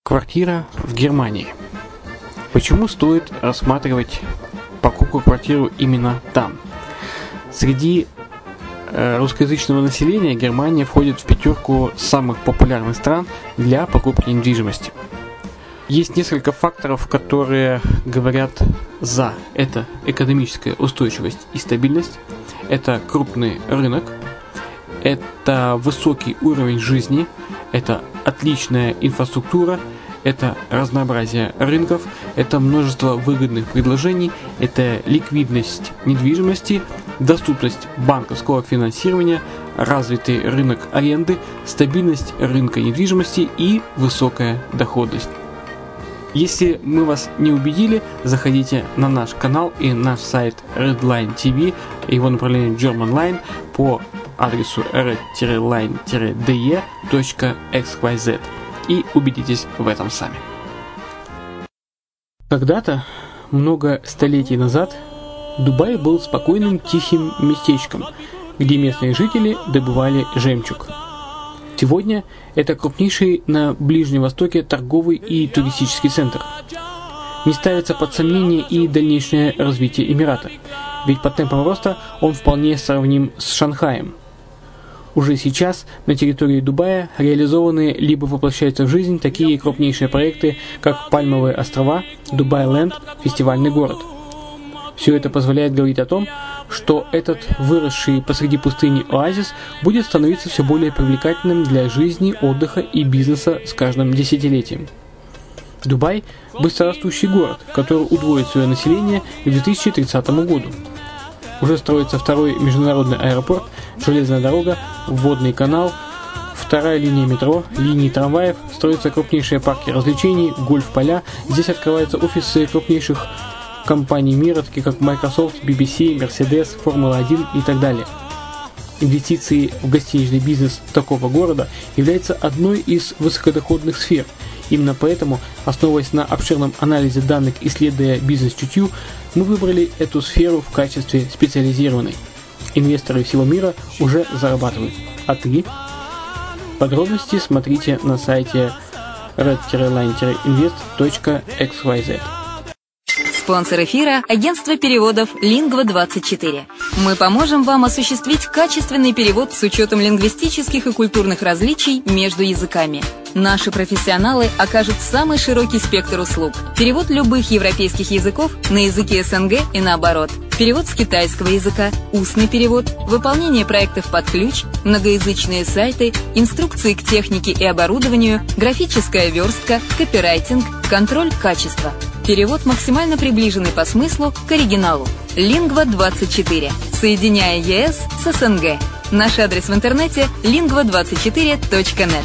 Квартира в Германии. Почему стоит рассматривать покупку квартиры именно там? Среди русскоязычного населения Германия входит в пятерку самых популярных стран для покупки недвижимости. Есть несколько факторов, которые говорят за. Это экономическая устойчивость и стабильность, это крупный рынок, это высокий уровень жизни, это отличная инфраструктура, это разнообразие рынков, это множество выгодных предложений, это ликвидность недвижимости, доступность банковского финансирования, развитый рынок аренды, стабильность рынка недвижимости и высокая доходность. Если мы вас не убедили, заходите на наш канал и наш сайт Redline TV, его направление German Line по адресу red-line-de.xyz и убедитесь в этом сами. Когда-то, много столетий назад, Дубай был спокойным тихим местечком, где местные жители добывали жемчуг. Сегодня это крупнейший на Ближнем Востоке торговый и туристический центр. Не ставится под сомнение и дальнейшее развитие Эмирата, ведь по темпам роста он вполне сравним с Шанхаем. Уже сейчас на территории Дубая реализованы либо воплощаются в жизнь такие крупнейшие проекты, как Пальмовые острова, Дубай-Ленд, фестивальный город. Все это позволяет говорить о том, что этот выросший посреди пустыни оазис будет становиться все более привлекательным для жизни, отдыха и бизнеса с каждым десятилетием. Дубай – быстрорастущий город, который удвоит свое население к 2030 году. Уже строится второй международный аэропорт, железная дорога, водный канал, вторая линия метро, линии трамваев, строятся крупнейшие парки развлечений, гольф-поля. Здесь открываются офисы крупнейших компаний мира, таких как Microsoft, BBC, Mercedes, Формула-1 и так далее. Инвестиции в гостиничный бизнес такого города являются одной из высокодоходных сфер. Именно поэтому, основываясь на обширном анализе данных, исследуя бизнес-чутью, мы выбрали эту сферу в качестве специализированной. Инвесторы всего мира уже зарабатывают. А ты? Подробности смотрите на сайте red-line-invest.xyz. Спонсор эфира – агентство переводов Lingva24. Мы поможем вам осуществить качественный перевод с учетом лингвистических и культурных различий между языками. Наши профессионалы окажут самый широкий спектр услуг. Перевод любых европейских языков на языки СНГ и наоборот. Перевод с китайского языка, устный перевод, выполнение проектов под ключ, многоязычные сайты, инструкции к технике и оборудованию, графическая верстка, копирайтинг, контроль качества. Перевод максимально приближенный по смыслу к оригиналу. Lingva24. Соединяя ЕС с СНГ. Наш адрес в интернете lingva24.net.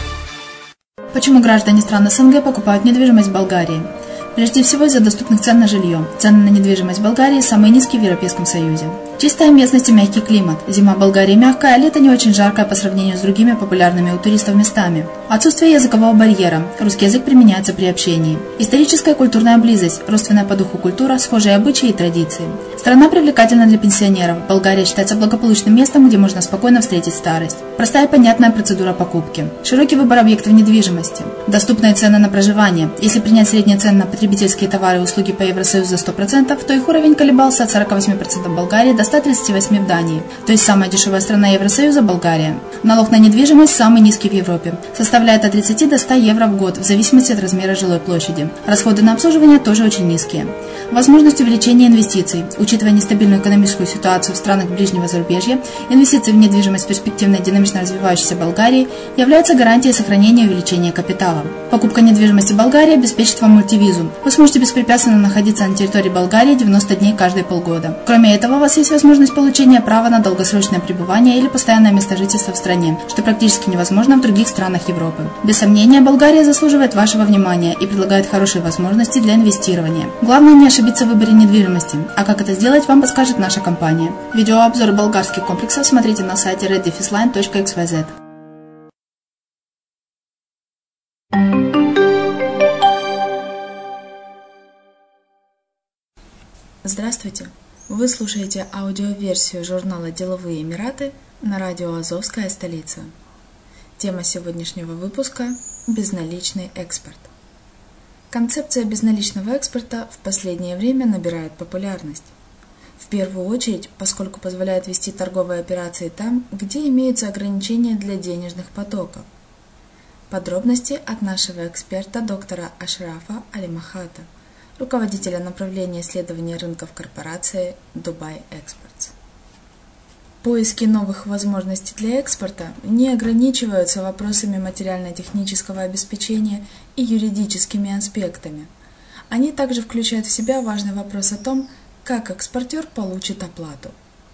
Почему граждане стран СНГ покупают недвижимость в Болгарии? Прежде всего из-за доступных цен на жилье. Цены на недвижимость в Болгарии самые низкие в Европейском Союзе. Чистая местность и мягкий климат. Зима в Болгарии мягкая, а лето не очень жаркое по сравнению с другими популярными у туристов местами. Отсутствие языкового барьера. Русский язык применяется при общении. Историческая и культурная близость. Родственная по духу культура, схожие обычаи и традиции. Страна привлекательна для пенсионеров. Болгария считается благополучным местом, где можно спокойно встретить старость. Простая и понятная процедура покупки. Широкий выбор объектов недвижимости. Доступные цены на проживание. Если принять средние цены на потребительские товары и услуги по Евросоюзу за 100%, то их уровень колебался от 48% в Болгарии до 138% в Дании. То есть самая дешевая страна Евросоюза – Болгария. Налог на недвижимость самый низкий в Европе. Составляет от 30 до 100 евро в год, в зависимости от размера жилой площади. Расходы на обслуживание тоже очень низкие. Возможность увеличения инвестиций. Учитывая нестабильную экономическую ситуацию в странах ближнего зарубежья, инвестиции в недвижимость в перспективной динамично развивающейся Болгарии являются гарантией сохранения и увеличения капитала. Покупка недвижимости в Болгарии обеспечит вам мультивизу. Вы сможете беспрепятственно находиться на территории Болгарии 90 дней каждые полгода. Кроме этого, у вас есть возможность получения права на долгосрочное пребывание или постоянное место жительства в стране, что практически невозможно в других странах Европы. Без сомнения, Болгария заслуживает вашего внимания и предлагает хорошие возможности для инвестирования. Главное не ошибиться в выборе недвижимости, а как это сделать, вам подскажет наша компания. Видеообзор болгарских комплексов смотрите на сайте red-line.xyz. Здравствуйте! Вы слушаете аудиоверсию журнала «Деловые Эмираты» на радио «Азовская столица». Тема сегодняшнего выпуска – безналичный экспорт. Концепция безналичного экспорта в последнее время набирает популярность. В первую очередь, поскольку позволяет вести торговые операции там, где имеются ограничения для денежных потоков. Подробности от нашего эксперта доктора Ашрафа Алимахата, руководителя направления исследования рынков корпорации Dubai Exports. Поиски новых возможностей для экспорта не ограничиваются вопросами материально-технического обеспечения и юридическими аспектами. Они также включают в себя важный вопрос о том, как экспортер получит оплату.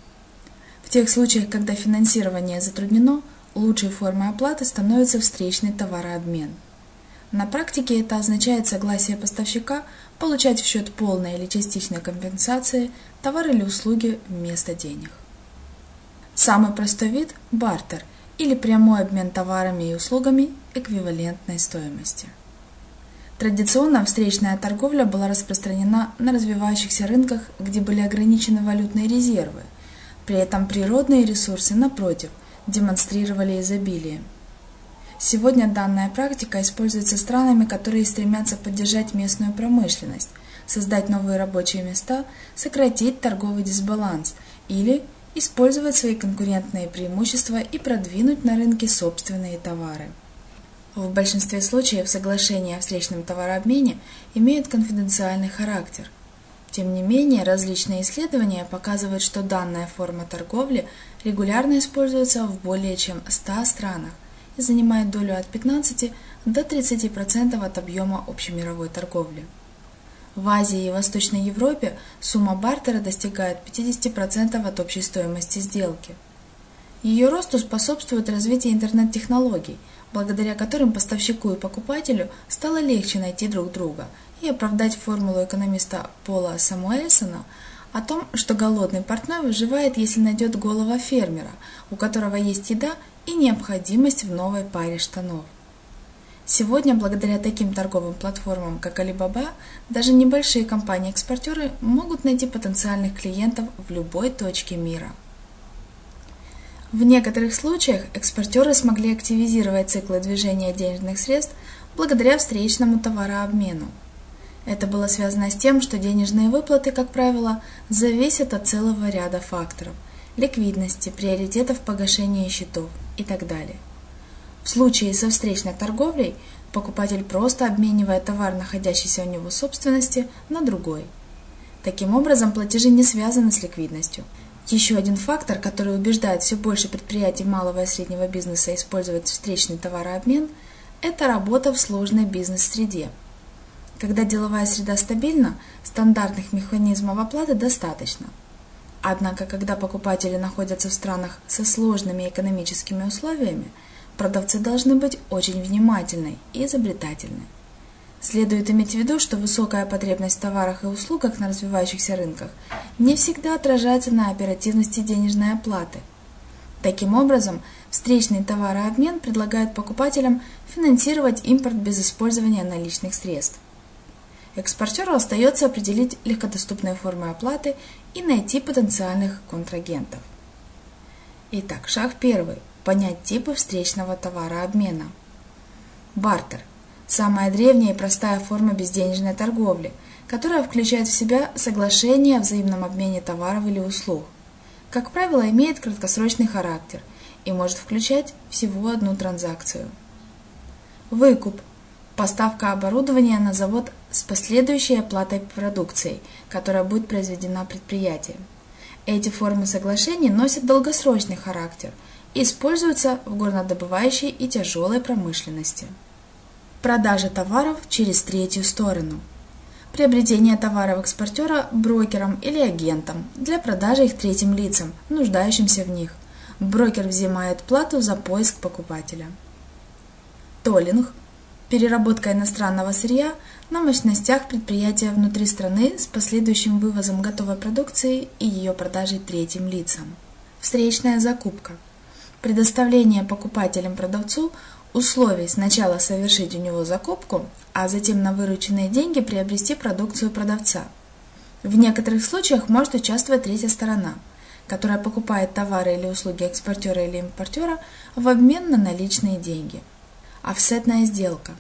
В тех случаях, когда финансирование затруднено, лучшей формой оплаты становится встречный товарообмен. На практике это означает согласие поставщика получать в счет полной или частичной компенсации товар или услуги вместо денег. Самый простой вид – бартер или прямой обмен товарами и услугами эквивалентной стоимости. Традиционно встречная торговля была распространена на развивающихся рынках, где были ограничены валютные резервы. При этом природные ресурсы, напротив, демонстрировали изобилие. Сегодня данная практика используется странами, которые стремятся поддержать местную промышленность, создать новые рабочие места, сократить торговый дисбаланс или использовать свои конкурентные преимущества и продвинуть на рынке собственные товары. В большинстве случаев соглашения о встречном товарообмене имеют конфиденциальный характер. Тем не менее, различные исследования показывают, что данная форма торговли регулярно используется в более чем 100 странах и занимает долю от 15 до 30% от объема общемировой торговли. В Азии и Восточной Европе сумма бартера достигает 50% от общей стоимости сделки. Ее росту способствует развитие интернет-технологий, благодаря которым поставщику и покупателю стало легче найти друг друга и оправдать формулу экономиста Пола Самуэльсона о том, что голодный портной выживает, если найдет голого фермера, у которого есть еда и необходимость в новой паре штанов. Сегодня, благодаря таким торговым платформам, как Alibaba, даже небольшие компании-экспортеры могут найти потенциальных клиентов в любой точке мира. В некоторых случаях экспортеры смогли активизировать циклы движения денежных средств благодаря встречному товарообмену. Это было связано с тем, что денежные выплаты, как правило, зависят от целого ряда факторов – ликвидности, приоритетов погашения счетов и так далее. В случае со встречной торговлей покупатель просто обменивает товар, находящийся у него в собственности, на другой. Таким образом, платежи не связаны с ликвидностью. Еще один фактор, который убеждает все больше предприятий малого и среднего бизнеса использовать встречный товарообмен – это работа в сложной бизнес-среде. Когда деловая среда стабильна, стандартных механизмов оплаты достаточно. Однако, когда покупатели находятся в странах со сложными экономическими условиями, продавцы должны быть очень внимательны и изобретательны. Следует иметь в виду, что высокая потребность в товарах и услугах на развивающихся рынках не всегда отражается на оперативности денежной оплаты. Таким образом, встречный товарообмен предлагает покупателям финансировать импорт без использования наличных средств. Экспортеру остается определить легкодоступные формы оплаты и найти потенциальных контрагентов. Итак, шаг первый. Понять типы встречного товарообмена. Бартер – самая древняя и простая форма безденежной торговли, которая включает в себя соглашение о взаимном обмене товаров или услуг. Как правило, имеет краткосрочный характер и может включать всего одну транзакцию. Выкуп – поставка оборудования на завод с последующей оплатой продукцией, которая будет произведена предприятием. Эти формы соглашений носят долгосрочный характер и используются в горнодобывающей и тяжелой промышленности. Продажа товаров через третью сторону. Приобретение товаров экспортера брокером или агентом для продажи их третьим лицам, нуждающимся в них. Брокер взимает плату за поиск покупателя. Толлинг – переработка иностранного сырья на мощностях предприятия внутри страны с последующим вывозом готовой продукции и ее продажей третьим лицам. Встречная закупка – предоставление покупателям-продавцу условий сначала совершить у него закупку, а затем на вырученные деньги приобрести продукцию продавца. В некоторых случаях может участвовать третья сторона, которая покупает товары или услуги экспортера или импортера в обмен на наличные деньги. Офсетная сделка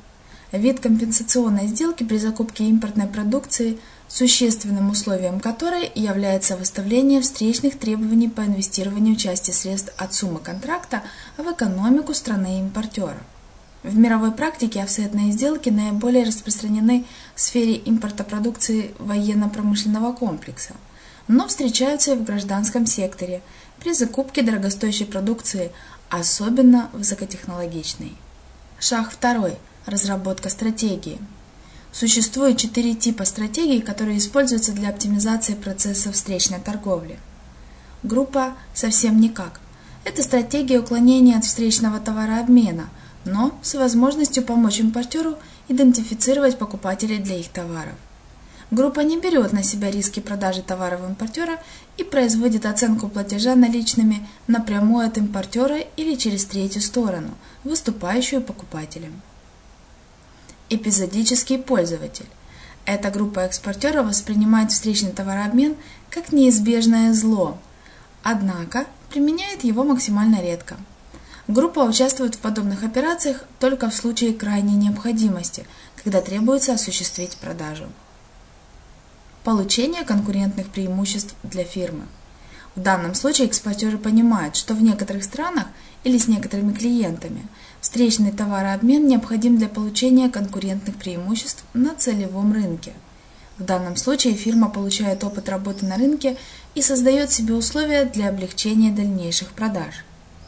вид компенсационной сделки при закупке импортной продукции, существенным условием которой является выставление встречных требований по инвестированию части средств от суммы контракта в экономику страны-импортера. В мировой практике офсетные сделки наиболее распространены в сфере импорта продукции военно-промышленного комплекса, но встречаются и в гражданском секторе при закупке дорогостоящей продукции, особенно высокотехнологичной. Шаг 2. Разработка стратегии. Существует 4 типа стратегий, которые используются для оптимизации процесса встречной торговли. Группа «Совсем никак» – это стратегия уклонения от встречного товарообмена, но с возможностью помочь импортеру идентифицировать покупателей для их товаров. Группа не берет на себя риски продажи товаров импортера и производит оценку платежа наличными напрямую от импортера или через третью сторону, выступающую покупателем. Эпизодический пользователь. Эта группа экспортеров воспринимает встречный товарообмен как неизбежное зло, однако применяет его максимально редко. Группа участвует в подобных операциях только в случае крайней необходимости, когда требуется осуществить продажу. Получение конкурентных преимуществ для фирмы. В данном случае экспортеры понимают, что в некоторых странах или с некоторыми клиентами встречный товарообмен необходим для получения конкурентных преимуществ на целевом рынке. В данном случае фирма получает опыт работы на рынке и создает себе условия для облегчения дальнейших продаж.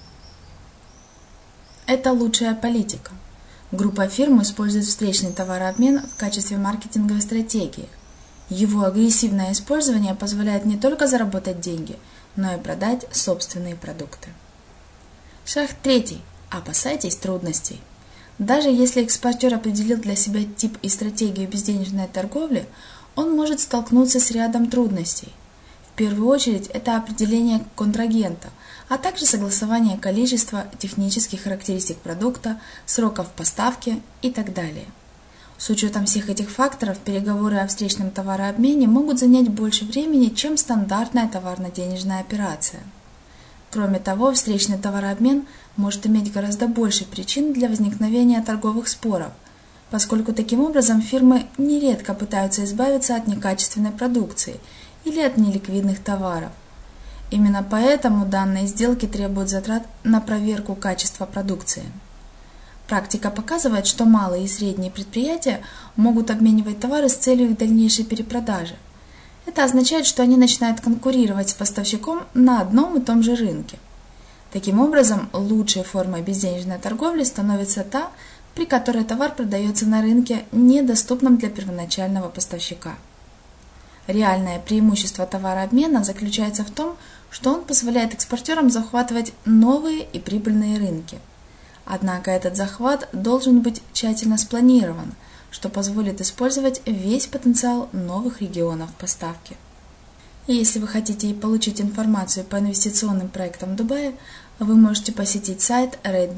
Это лучшая политика. Группа фирм использует встречный товарообмен в качестве маркетинговой стратегии. Его агрессивное использование позволяет не только заработать деньги, но и продать собственные продукты. Шаг 3. Опасайтесь трудностей. Даже если экспортер определил для себя тип и стратегию безденежной торговли, он может столкнуться с рядом трудностей. В первую очередь это определение контрагента, а также согласование количества, технических характеристик продукта, сроков поставки и так далее. С учетом всех этих факторов, переговоры о встречном товарообмене могут занять больше времени, чем стандартная товарно-денежная операция. Кроме того, встречный товарообмен может иметь гораздо больше причин для возникновения торговых споров, поскольку таким образом фирмы нередко пытаются избавиться от некачественной продукции или от неликвидных товаров. Именно поэтому данные сделки требуют затрат на проверку качества продукции. Практика показывает, что малые и средние предприятия могут обменивать товары с целью их дальнейшей перепродажи. Это означает, что они начинают конкурировать с поставщиком на одном и том же рынке. Таким образом, лучшей формой безденежной торговли становится та, при которой товар продается на рынке, недоступном для первоначального поставщика. Реальное преимущество товарообмена заключается в том, что он позволяет экспортерам захватывать новые и прибыльные рынки. Однако этот захват должен быть тщательно спланирован, что позволит использовать весь потенциал новых регионов поставки. И если вы хотите получить информацию по инвестиционным проектам в Дубае, вы можете посетить сайт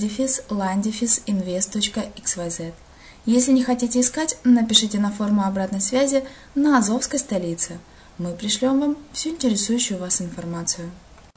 red-line-invest.xyz. Если не хотите искать, напишите на форму обратной связи на Азовской столице. Мы пришлем вам всю интересующую вас информацию.